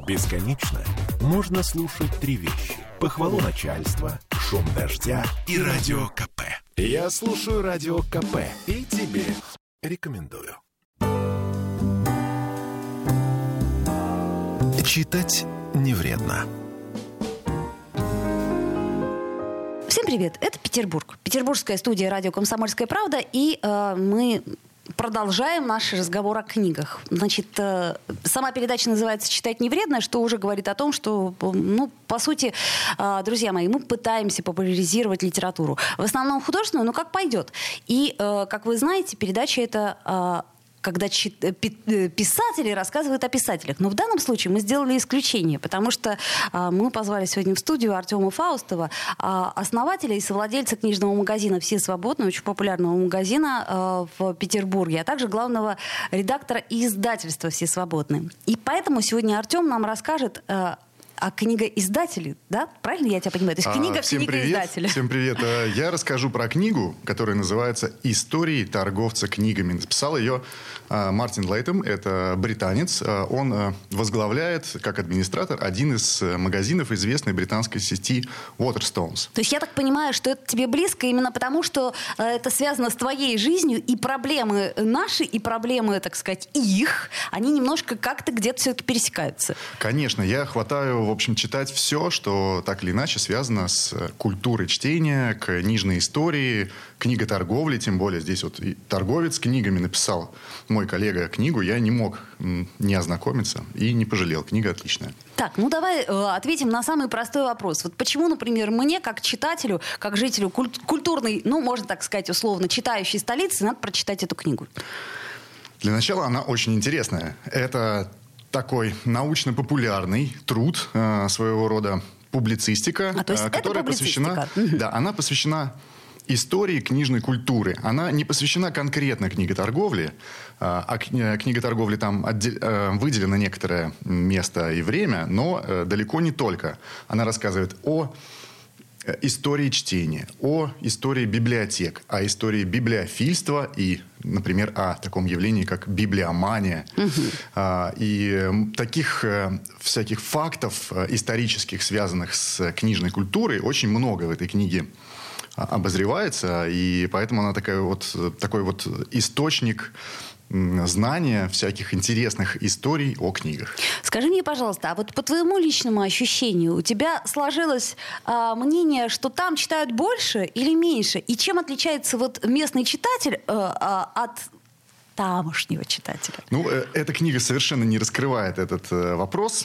Бесконечно можно слушать три вещи: похвалу начальства, шум дождя и радио КП. Я слушаю радио КП и тебе рекомендую. Читать не вредно. Всем привет, это Петербург. Петербургская студия радио «Комсомольская правда», и мы продолжаем наш разговор о книгах. Значит, сама передача называется «Читать не вредно», что уже говорит о том, что, по сути, друзья мои, мы пытаемся популяризировать литературу. В основном художественную, но как пойдет. И, как вы знаете, передача эта... когда писатели рассказывают о писателях. Но в данном случае мы сделали исключение, потому что мы позвали сегодня в студию Артема Фаустова, основателя и совладельца книжного магазина «Все свободны», очень популярного магазина в Петербурге, а также главного редактора издательства «Все свободны». И поэтому сегодня Артем нам расскажет о книгоиздателе, да? Правильно я тебя понимаю? То есть книга в книгоиздателе. Всем привет. Я расскажу про книгу, которая называется «Истории торговца книгами». Написал ее Мартин Лейтем, это британец. Он возглавляет, как администратор, один из магазинов известной британской сети Waterstones. То есть я так понимаю, что это тебе близко именно потому, что это связано с твоей жизнью, и проблемы наши, и проблемы, так сказать, их, они немножко как-то где-то все-таки пересекаются. Конечно, я хватаю, в общем, читать все, что так или иначе связано с культурой чтения, книжной истории, книготорговли, тем более здесь вот и торговец книгами написал, мой коллега, книгу, я не мог не ознакомиться и не пожалел. Книга отличная. Так, давай ответим на самый простой вопрос. Вот почему, например, мне, как читателю, как жителю культурной, можно так сказать, условно, читающей столицы, надо прочитать эту книгу? Для начала она очень интересная. Это такой научно-популярный труд, своего рода публицистика, то есть которая это публицистика. посвящена... Да, она посвящена истории книжной культуры. Она не посвящена конкретно книготорговле, а книготорговле там выделено некоторое место и время, но далеко не только. Она рассказывает о истории чтения, о истории библиотек, о истории библиофильства и, например, о таком явлении, как библиомания. И таких всяких фактов исторических, связанных с книжной культурой, очень много в этой книге обозревается, и поэтому она такой вот источник знания всяких интересных историй о книгах. Скажи мне, пожалуйста, а вот по твоему личному ощущению у тебя сложилось мнение, что там читают больше или меньше? И чем отличается вот местный читатель от тамошнего читателя? Эта книга совершенно не раскрывает этот вопрос.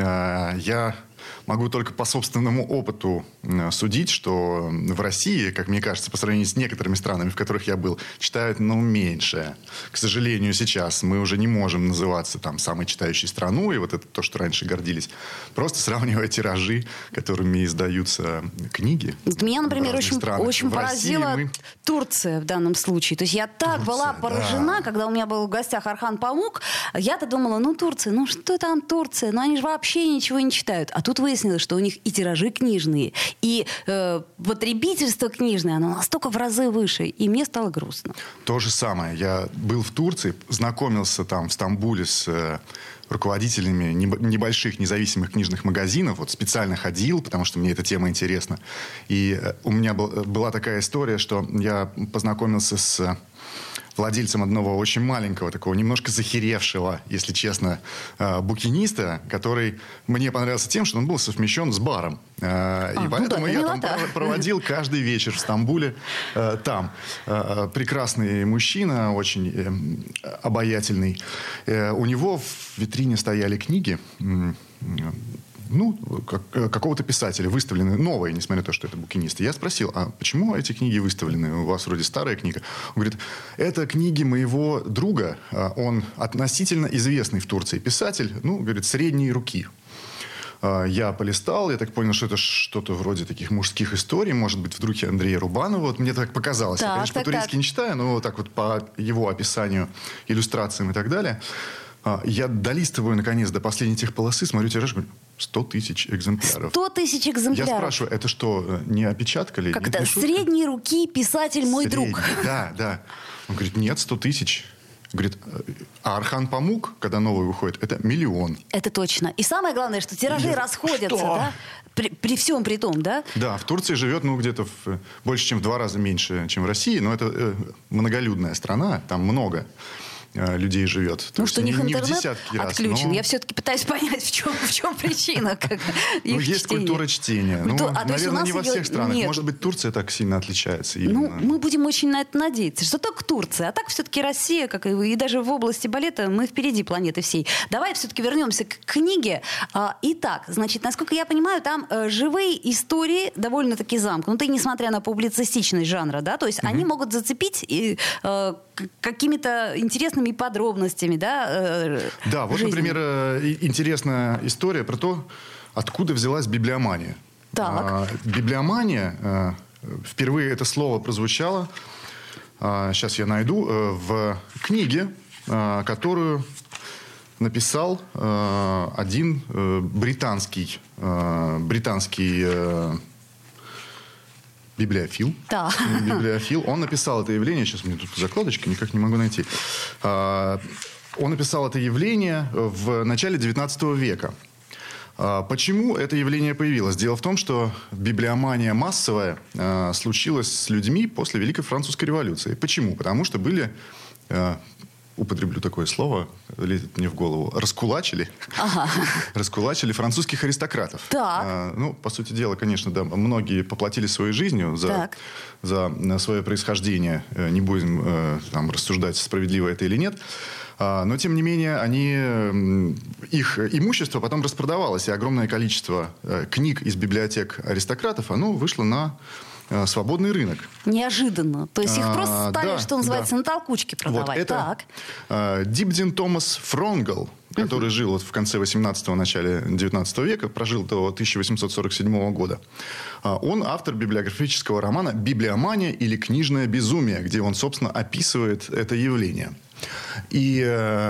Я могу только по собственному опыту судить, что в России, как мне кажется, по сравнению с некоторыми странами, в которых я был, читают, меньше. К сожалению, сейчас мы уже не можем называться там самой читающей страной, и вот это то, что раньше гордились, просто сравнивая тиражи, которыми издаются книги. Меня, например, очень поразила Турция в данном случае. То есть я так была поражена, когда у меня был в гостях Орхан Памук, я-то думала, Турция, что там Турция? Они же вообще ничего не читают. А тут выяснилось, что у них и тиражи книжные, и потребительство книжное, оно настолько в разы выше. И мне стало грустно. То же самое. Я был в Турции, знакомился там в Стамбуле с руководителями небольших независимых книжных магазинов. Вот специально ходил, потому что мне эта тема интересна. И у меня была такая история, что я познакомился с владельцем одного очень маленького, такого немножко захеревшего, если честно, букиниста, который мне понравился тем, что он был совмещен с баром. И поэтому я там проводил каждый вечер в Стамбуле там. Прекрасный мужчина, очень обаятельный. У него в витрине стояли книги, какого-то писателя, выставлены новые, несмотря на то, что это букинист. Я спросил, а почему эти книги выставлены? У вас вроде старая книга. Он говорит, это книги моего друга. Он относительно известный в Турции писатель, говорит, средней руки. Я полистал, я так понял, что это что-то вроде таких мужских историй, может быть, в духе Андрея Рубанова. Вот мне так показалось. Я, конечно, по-турецки не читаю, но так вот по его описанию, иллюстрациям и так далее. Я долистываю, наконец, до последней техполосы, смотрю тираж, говорю, 100 тысяч экземпляров. 100 тысяч экземпляров. Я спрашиваю, это что, не опечатка ли? Как это? Средней руки писатель мой друг. Да. Он говорит, нет, 100 тысяч. Говорит, а Орхан Памук, когда новый выходит, это 1 миллион. Это точно. И самое главное, что тиражи расходятся, что? да? При всем при том, да? Да, в Турции живет, где-то больше, чем в 2 раза меньше, чем в России, но это многолюдная страна, там много людей живет. Может, у них не в интернет десятки раз, отключен? но... Я все-таки пытаюсь понять, в чем причина их есть чтения. культура чтения. Наверное, не во всех странах. Нет. Может быть, Турция так сильно отличается. Именно. Мы будем очень на это надеяться, что только Турция. А так все-таки Россия, как и даже в области балета, мы впереди планеты всей. Давай все-таки вернемся к книге. Итак, значит, насколько я понимаю, там живые истории довольно-таки замкнутые, несмотря на публицистичность жанра, да? То есть они могут зацепить какими-то интересными подробностями, да? Да, вот, жизни. например, интересная история про то, откуда взялась библиомания. Так. Библиомания, впервые это слово прозвучало, сейчас я найду, в книге, которую написал один британский библиофил. Да. Библиофил. Он написал это явление, сейчас у меня тут закладочка, никак не могу найти. Он написал это явление в начале 19 века. Почему это явление появилось? Дело в том, что библиомания массовая случилась с людьми после Великой Французской революции. Почему? Потому что были... употреблю такое слово, лезет мне в голову, раскулачили. Ага. Раскулачили французских аристократов. Так. По сути дела, конечно, да, многие поплатились своей жизнью за свое происхождение. Не будем там рассуждать, справедливо это или нет. Но, тем не менее, их имущество потом распродавалось. И огромное количество книг из библиотек аристократов, оно вышло на свободный рынок. Неожиданно. То есть их просто стали, что называется, на толкучке продавать. Вот это Дибдин Томас Фронгел, который жил в конце 18-го, начале 19 века, прожил до 1847 года. Он автор библиографического романа «Библиомания» или «Книжное безумие», где он, собственно, описывает это явление. И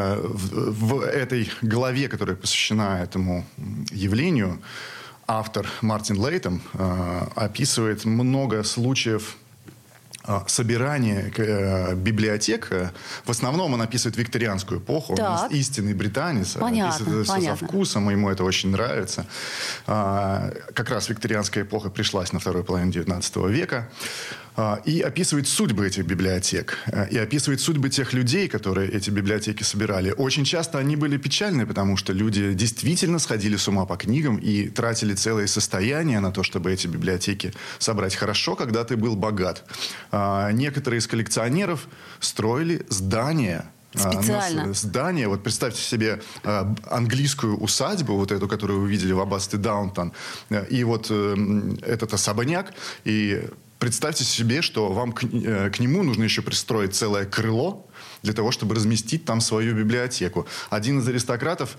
в этой главе, которая посвящена этому явлению, автор Мартин Лейтом описывает много случаев собирания библиотек. В основном он описывает викторианскую эпоху. Он истинный британец. Описывает это со вкусом, ему это очень нравится. Как раз викторианская эпоха пришлась на второй половине 19 века. И описывает судьбы этих библиотек. И описывает судьбы тех людей, которые эти библиотеки собирали. Очень часто они были печальны, потому что люди действительно сходили с ума по книгам и тратили целые состояния на то, чтобы эти библиотеки собрать. Хорошо, когда ты был богат. Некоторые из коллекционеров строили здания. Специально. Здание, вот представьте себе английскую усадьбу, вот эту, которую вы видели в аббатстве Даунтон, и вот этот особняк, и представьте себе, что вам к нему нужно еще пристроить целое крыло для того, чтобы разместить там свою библиотеку. Один из аристократов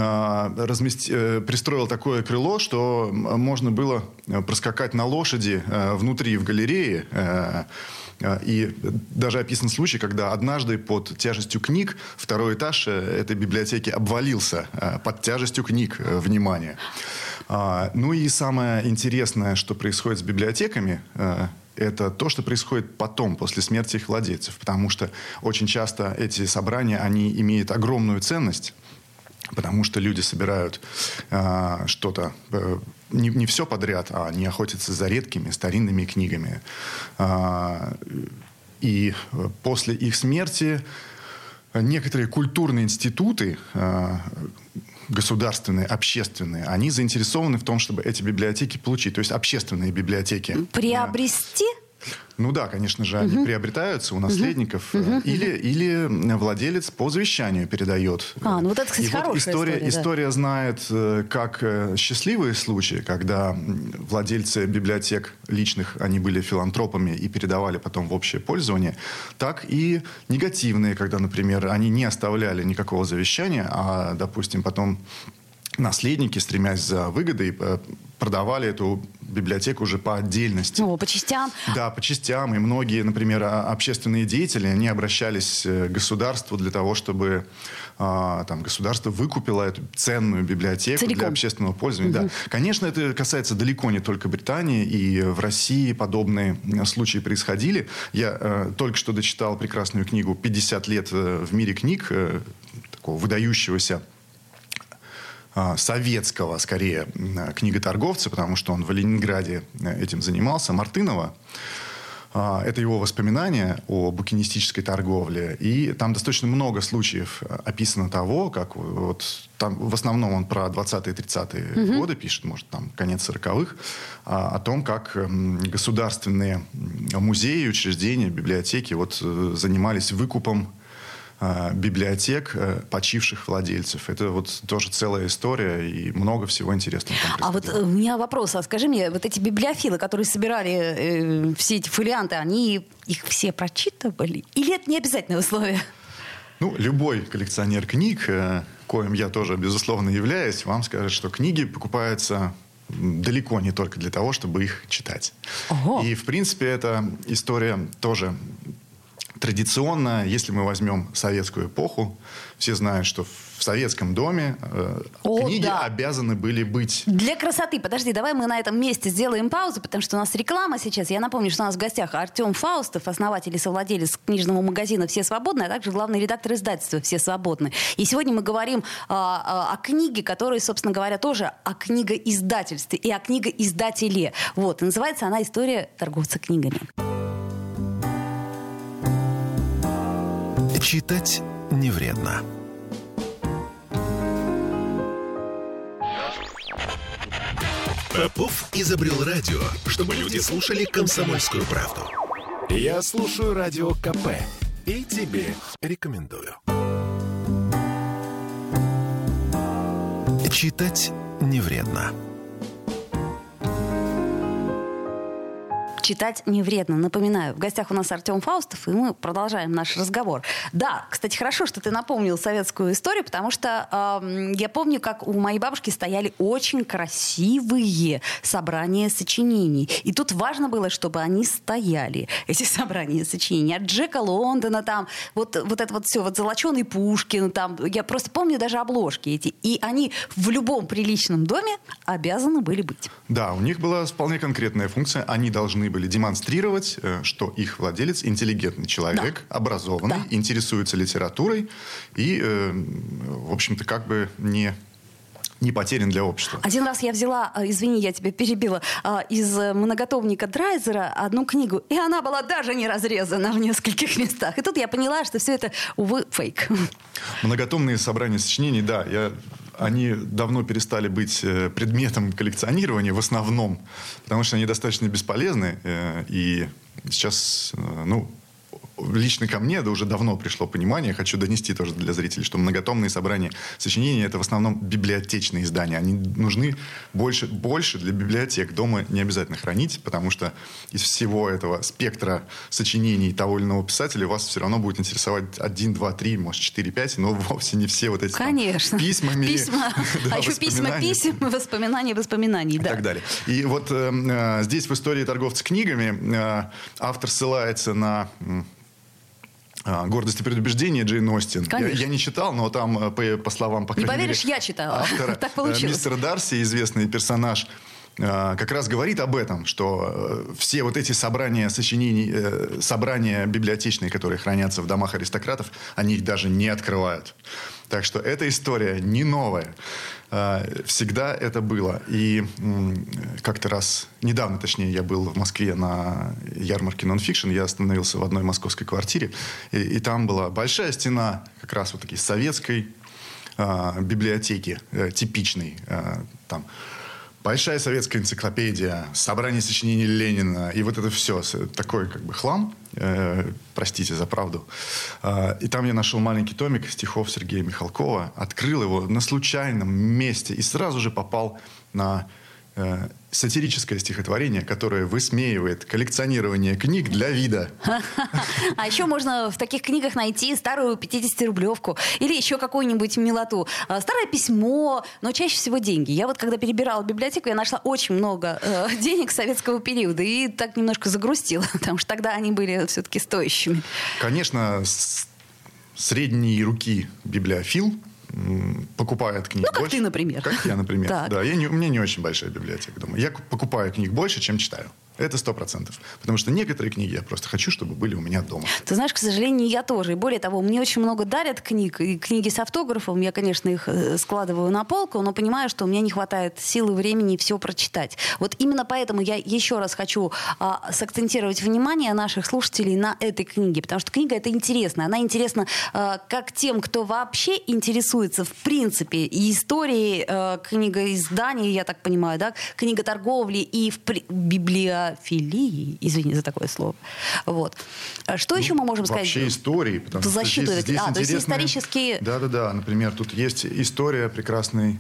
пристроил такое крыло, что можно было проскакать на лошади внутри в галерее. И даже описан случай, когда однажды под тяжестью книг второй этаж этой библиотеки обвалился под тяжестью книг, внимание. Ну и самое интересное, что происходит с библиотеками, это то, что происходит потом, после смерти их владельцев. Потому что очень часто эти собрания, они имеют огромную ценность, потому что люди собирают что-то, не все подряд, а они охотятся за редкими старинными книгами. И после их смерти некоторые культурные институты, государственные, общественные, они заинтересованы в том, чтобы эти библиотеки получить. То есть общественные библиотеки. Приобрести? Ну да, конечно же, они приобретаются у наследников. Или владелец по завещанию передает. Ну вот это, кстати, хорошая история знает как счастливые случаи, когда владельцы библиотек личных, они были филантропами и передавали потом в общее пользование, так и негативные, когда, например, они не оставляли никакого завещания, а, допустим, потом наследники, стремясь за выгодой, продавали эту библиотек уже по отдельности. По частям? Да, по частям. И многие, например, общественные деятели, они обращались к государству для того, чтобы государство выкупило эту ценную библиотеку целиком для общественного пользования. Да. Конечно, это касается далеко не только Британии. И в России подобные случаи происходили. Я только что дочитал прекрасную книгу «50 лет в мире книг», такого выдающегося советского, скорее, книготорговца, потому что он в Ленинграде этим занимался, Мартынова. Это его воспоминания о букинистической торговле. И там достаточно много случаев описано того, как там в основном он про 20-е, 30-е годы пишет, может, там конец 40-х, о том, как государственные музеи, учреждения, библиотеки занимались выкупом библиотек почивших владельцев. Это тоже целая история и много всего интересного там происходило. У меня вопрос. Скажи мне, эти библиофилы, которые собирали все эти фолианты, они их все прочитывали? Или это не обязательное условие? Любой коллекционер книг, коим я тоже, безусловно, являюсь, вам скажет, что книги покупаются далеко не только для того, чтобы их читать. Ого. И, в принципе, эта история тоже традиционно, если мы возьмем советскую эпоху, все знают, что в советском доме книги обязаны были быть. Для красоты. Подожди, давай мы на этом месте сделаем паузу, потому что у нас реклама сейчас. Я напомню, что у нас в гостях Артем Фаустов, основатель и совладелец книжного магазина «Все свободны», а также главный редактор издательства «Все свободны». И сегодня мы говорим о книге, которая, собственно говоря, тоже о книгоиздательстве и о книгоиздателе. И называется она «История торговца книгами». Читать не вредно. Попов изобрел радио, чтобы люди слушали «Комсомольскую правду». Я слушаю Радио КП и тебе рекомендую. Читать не вредно. Читать не вредно. Напоминаю, в гостях у нас Артем Фаустов, и мы продолжаем наш разговор. Да, кстати, хорошо, что ты напомнил советскую историю, потому что я помню, как у моей бабушки стояли очень красивые собрания сочинений. И тут важно было, чтобы они стояли, эти собрания сочинений. От Джека Лондона, там, вот это все, Золоченый Пушкин, там, я просто помню даже обложки эти. И они в любом приличном доме обязаны были быть. Да, у них была вполне конкретная функция. Они должны были демонстрировать, что их владелец интеллигентный человек, образованный, интересуется литературой и, в общем-то, как бы не потерян для общества. Один раз я взяла, извини, я тебя перебила, из многотомника Драйзера одну книгу, и она была даже не разрезана в нескольких местах. И тут я поняла, что все это, увы, фейк. Многотомные собрания сочинений, да, они давно перестали быть предметом коллекционирования в основном, потому что они достаточно бесполезны. И сейчас, лично ко мне, да уже давно пришло понимание, хочу донести тоже для зрителей, что многотомные собрания сочинений — это в основном библиотечные издания. Они нужны больше для библиотек. Дома не обязательно хранить, потому что из всего этого спектра сочинений того или иного писателя вас все равно будет интересовать 1, 2, 3, может 4, 5, но вовсе не все вот эти Конечно. Письма, а еще письма писем, воспоминания воспоминаний. И так далее. И вот здесь в истории торговца книгами автор ссылается на «Гордость и предубеждение» Джейн Остин. Я не читал, но там, по словам, по крайней мере, не поверишь, я читала. Автора, так получилось. Мистер Дарси, известный персонаж, как раз говорит об этом, что все вот эти собрания сочинений, собрания библиотечные, которые хранятся в домах аристократов, они их даже не открывают. Так что эта история не новая. Всегда это было. И как-то раз, недавно, точнее, я был в Москве на ярмарке нон-фикшн, я остановился в одной московской квартире, и там была большая стена как раз вот такой советской библиотеки, типичной. Там большая советская энциклопедия, собрание сочинений Ленина, и вот это все, такой как бы хлам, простите за правду. И там я нашел маленький томик стихов Сергея Михалкова, открыл его на случайном месте и сразу же попал на сатирическое стихотворение, которое высмеивает коллекционирование книг для вида. А еще можно в таких книгах найти старую 50-рублевку или еще какую-нибудь милоту. Старое письмо, но чаще всего деньги. Я вот когда перебирала библиотеку, я нашла очень много денег советского периода и так немножко загрустила, потому что тогда они были все-таки стоящими. Конечно, средней руки библиофил покупает книг как больше. ты, например. Как я, например. Так. Да, у меня не очень большая библиотека дома. Я покупаю книг больше, чем читаю. Это 100%. Потому что некоторые книги я просто хочу, чтобы были у меня дома. Ты знаешь, к сожалению, я тоже. И более того, мне очень много дарят книг. И книги с автографом. Я, конечно, их складываю на полку, но понимаю, что у меня не хватает сил и времени все прочитать. Вот именно поэтому я еще раз хочу сакцентировать внимание наших слушателей на этой книге. Потому что книга эта интересная. Она интересна как тем, кто вообще интересуется в принципе и историей книгоиздания, я так понимаю, да, книготорговли и библиофилии, извини за такое слово. Вот. Что еще мы можем сказать? Вообще истории. Потому что здесь то есть исторические... Да. Например, тут есть история прекрасной,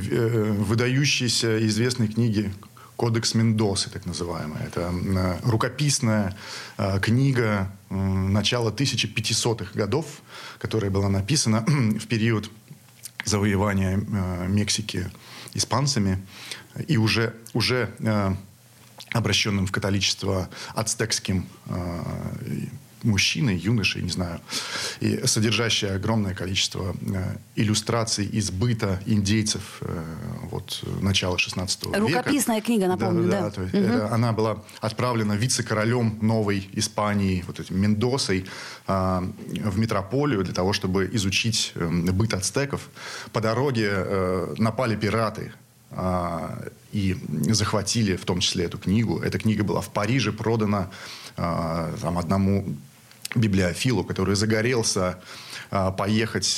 выдающейся известной книги «Кодекс Мендосы», так называемая. Это рукописная книга начала 1500-х годов, которая была написана в период завоевания Мексики испанцами и уже обращенным в католичество ацтекским мужчиной, юношей, не знаю, и содержащая огромное количество иллюстраций из быта индейцев начала 16 века. Рукописная книга, напомню, да. То есть она была отправлена вице-королем Новой Испании, этим Мендосой, в метрополию для того, чтобы изучить быт ацтеков. По дороге напали пираты, и захватили в том числе эту книгу. Эта книга была в Париже продана одному библиофилу, который загорелся поехать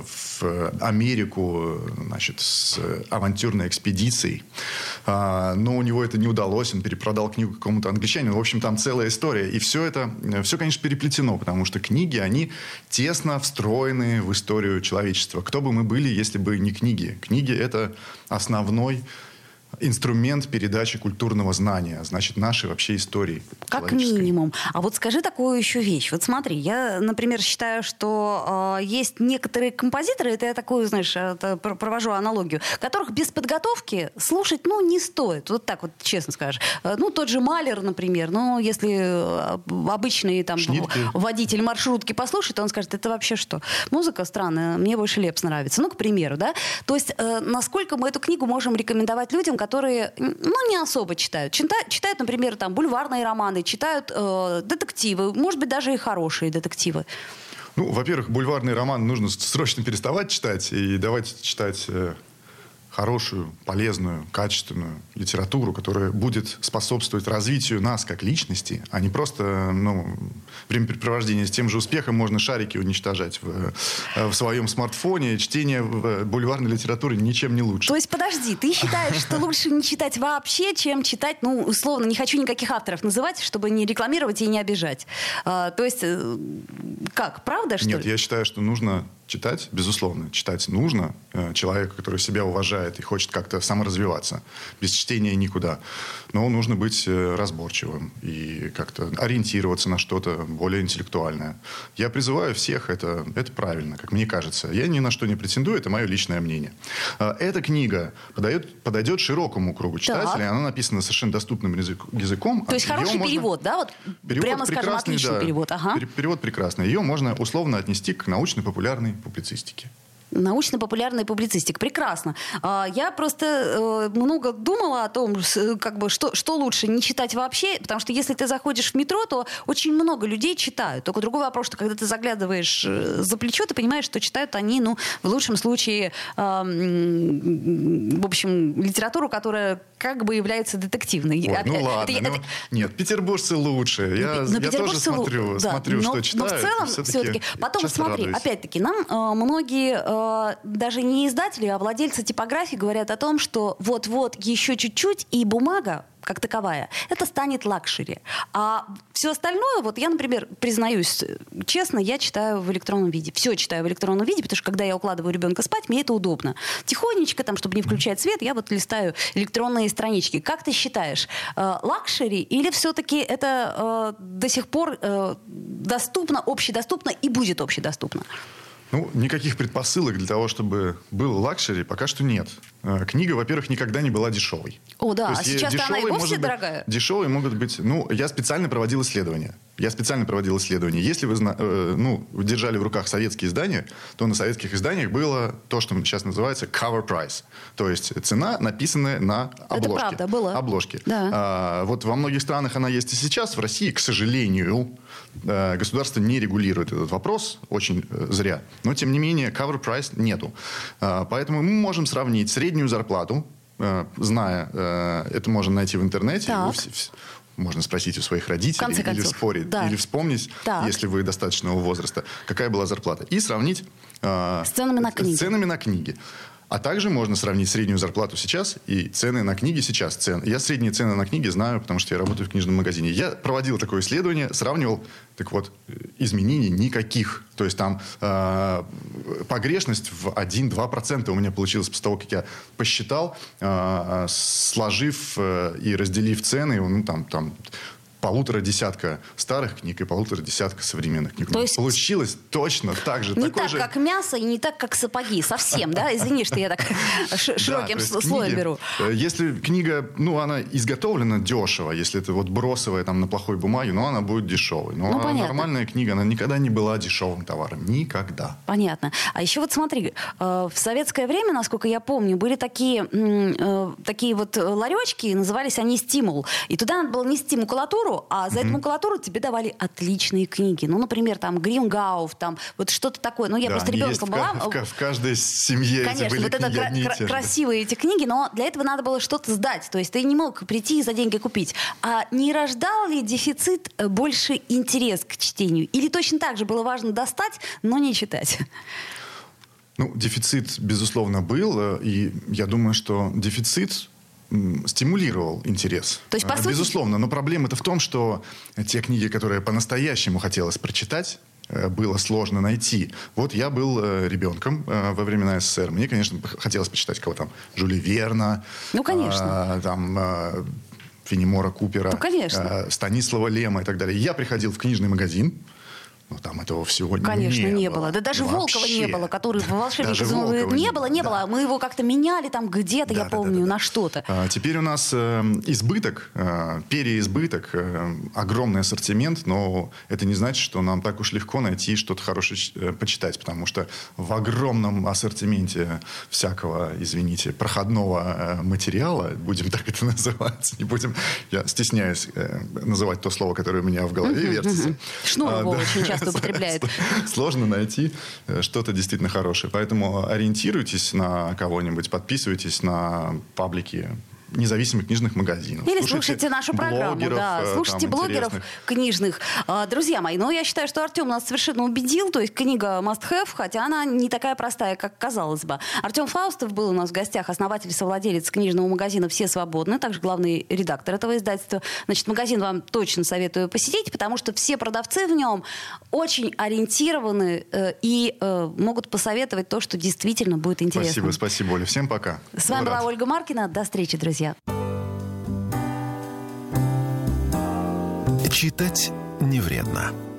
в Америку, с авантюрной экспедицией. Но у него это не удалось. Он перепродал книгу какому-то англичанину. В общем, там целая история. И все, конечно, переплетено, потому что книги, они тесно встроены в историю человечества. Кто бы мы были, если бы не книги? Книги — это основной инструмент передачи культурного знания, значит, нашей вообще истории. Как минимум. А вот скажи такую еще вещь. Вот смотри, я, например, считаю, что есть некоторые композиторы, это я такую, знаешь, провожу аналогию, которых без подготовки слушать, не стоит. Вот так вот, честно скажешь. Тот же Малер, например, если обычный водитель маршрутки послушает, он скажет, это вообще что? Музыка странная, мне больше Лепс нравится. К примеру, да? То есть, насколько мы эту книгу можем рекомендовать людям, которые, не особо читают. Читают, например, бульварные романы, читают детективы, может быть, даже и хорошие детективы. Во-первых, бульварный роман нужно срочно переставать читать и давайте читать хорошую, полезную, качественную литературу, которая будет способствовать развитию нас как личности, а не просто времяпрепровождение с тем же успехом можно шарики уничтожать в своем смартфоне. Чтение бульварной литературы ничем не лучше. То есть, подожди, ты считаешь, что лучше не читать вообще, чем читать, условно, не хочу никаких авторов называть, чтобы не рекламировать и не обижать. То есть, как, правда, что ли? Нет, я считаю, что нужно читать, безусловно, читать нужно. Человеку, который себя уважает и хочет как-то саморазвиваться. Без чтения никуда. Но нужно быть разборчивым и как-то ориентироваться на что-то более интеллектуальное. Я призываю всех, это правильно, как мне кажется. Я ни на что не претендую, это мое личное мнение. Эта книга подойдет широкому кругу читателей. Она написана совершенно доступным языком. То есть хороший перевод, да? Перевод прямо скажем, отличный перевод. Ага. Перевод прекрасный. Ее можно условно отнести к научно-популярной публицистике. Научно-популярная публицистика. Прекрасно. Я просто много думала о том, что лучше, не читать вообще, потому что если ты заходишь в метро, то очень много людей читают. Только другой вопрос, что когда ты заглядываешь за плечо, ты понимаешь, что читают они, в лучшем случае, в общем, литературу, которая как бы является детективной. Ладно. Нет, петербуржцы лучше. Я тоже смотрю, что читают. Но в целом все-таки... Потом смотри, опять-таки, нам многие даже не издатели, а владельцы типографий говорят о том, что вот-вот еще чуть-чуть, и бумага как таковая, это станет лакшери. А все остальное, вот я, например, признаюсь честно, я читаю в электронном виде. Все читаю в электронном виде, потому что когда я укладываю ребенка спать, мне это удобно. Тихонечко, там, чтобы не включать свет, я вот листаю электронные странички. Как ты считаешь, лакшери или все-таки это до сих пор доступно, общедоступно и будет общедоступно? Ну, никаких предпосылок для того, чтобы был лакшери, пока что нет. Книга, во-первых, никогда не была дешевой. О, да, а сейчас она и вовсе дорогая. Дешевые могут быть... Ну, я специально проводил исследования. Если вы держали в руках советские издания, то на советских изданиях было то, что сейчас называется cover price. То есть цена, написанная на обложке. Это правда, было. Обложки. Да. Вот во многих странах она есть и сейчас. В России, к сожалению, государство не регулирует этот вопрос. Очень зря. Но, тем не менее, cover price нету. Поэтому мы можем сравнить среднюю зарплату, зная, это можно найти в интернете. Можно спросить у своих родителей или спорить, или вспомнить, если вы достаточного возраста, какая была зарплата. И сравнить с ценами на книги. А также можно сравнить среднюю зарплату сейчас и цены на книги сейчас. Я средние цены на книги знаю, потому что я работаю в книжном магазине. Я проводил такое исследование, сравнивал, так вот, изменений никаких. То есть там погрешность в 1-2% у меня получилось после того, как я посчитал, сложив и разделив цены, ну, там 1,5 старых книг и 1,5 современных книг. То есть получилось точно так же. Не так, как мясо, и не так, как сапоги. Совсем, да? Извини, что я так широким слоем беру. Если книга, она изготовлена дешево, если это вот бросовая там на плохой бумаге, она будет дешевой. Но нормальная книга, она никогда не была дешевым товаром. Никогда. Понятно. А еще вот смотри, в советское время, насколько я помню, были такие вот ларечки, назывались они «Стимул». И туда надо было нести макулатуру, а за эту макулатуру тебе давали отличные книги. Ну, например, там Грингауф, там вот что-то такое. Ну, я просто ребенком была. В каждой семье конечно, эти были вот книги одни и те же. Красивые эти книги, но для этого надо было что-то сдать. То есть ты не мог прийти и за деньги купить. А не рождал ли дефицит больше интерес к чтению? Или точно так же было важно достать, но не читать? Дефицит, безусловно, был. И я думаю, что дефицит стимулировал интерес. То есть, по сути... Безусловно. Но проблема-то в том, что те книги, которые по-настоящему хотелось прочитать, было сложно найти. Вот я был ребенком во времена СССР. Мне, конечно, хотелось почитать кого там. Жюля Верна. Конечно. Фенемора Купера. Конечно. Станислава Лема и так далее. Я приходил в книжный магазин. Там этого всего не было. Да даже Волкова не было, который в «Волшебнике не было. Мы его как-то меняли там где-то, я помню, на что-то. Теперь у нас избыток, переизбыток, огромный ассортимент, но это не значит, что нам так уж легко найти что-то хорошее почитать, потому что в огромном ассортименте всякого, извините, проходного материала, будем так это называть, не будем, я стесняюсь называть то слово, которое у меня в голове вертится. Шнур очень часто употребляет. Сложно найти что-то действительно хорошее. Поэтому ориентируйтесь на кого-нибудь, подписывайтесь на паблики независимых книжных магазинов. Или слушайте нашу программу. Слушайте блогеров книжных. Друзья мои, я считаю, что Артем нас совершенно убедил. То есть книга must have, хотя она не такая простая, как казалось бы. Артем Фаустов был у нас в гостях, основатель и совладелец книжного магазина «Все свободны», также главный редактор этого издательства. Значит, магазин вам точно советую посетить, потому что все продавцы в нем очень ориентированы и могут посоветовать то, что действительно будет интересно. Спасибо, Оля. Всем пока. С вами была Ольга Маркина. До встречи, друзья. Читать не вредно.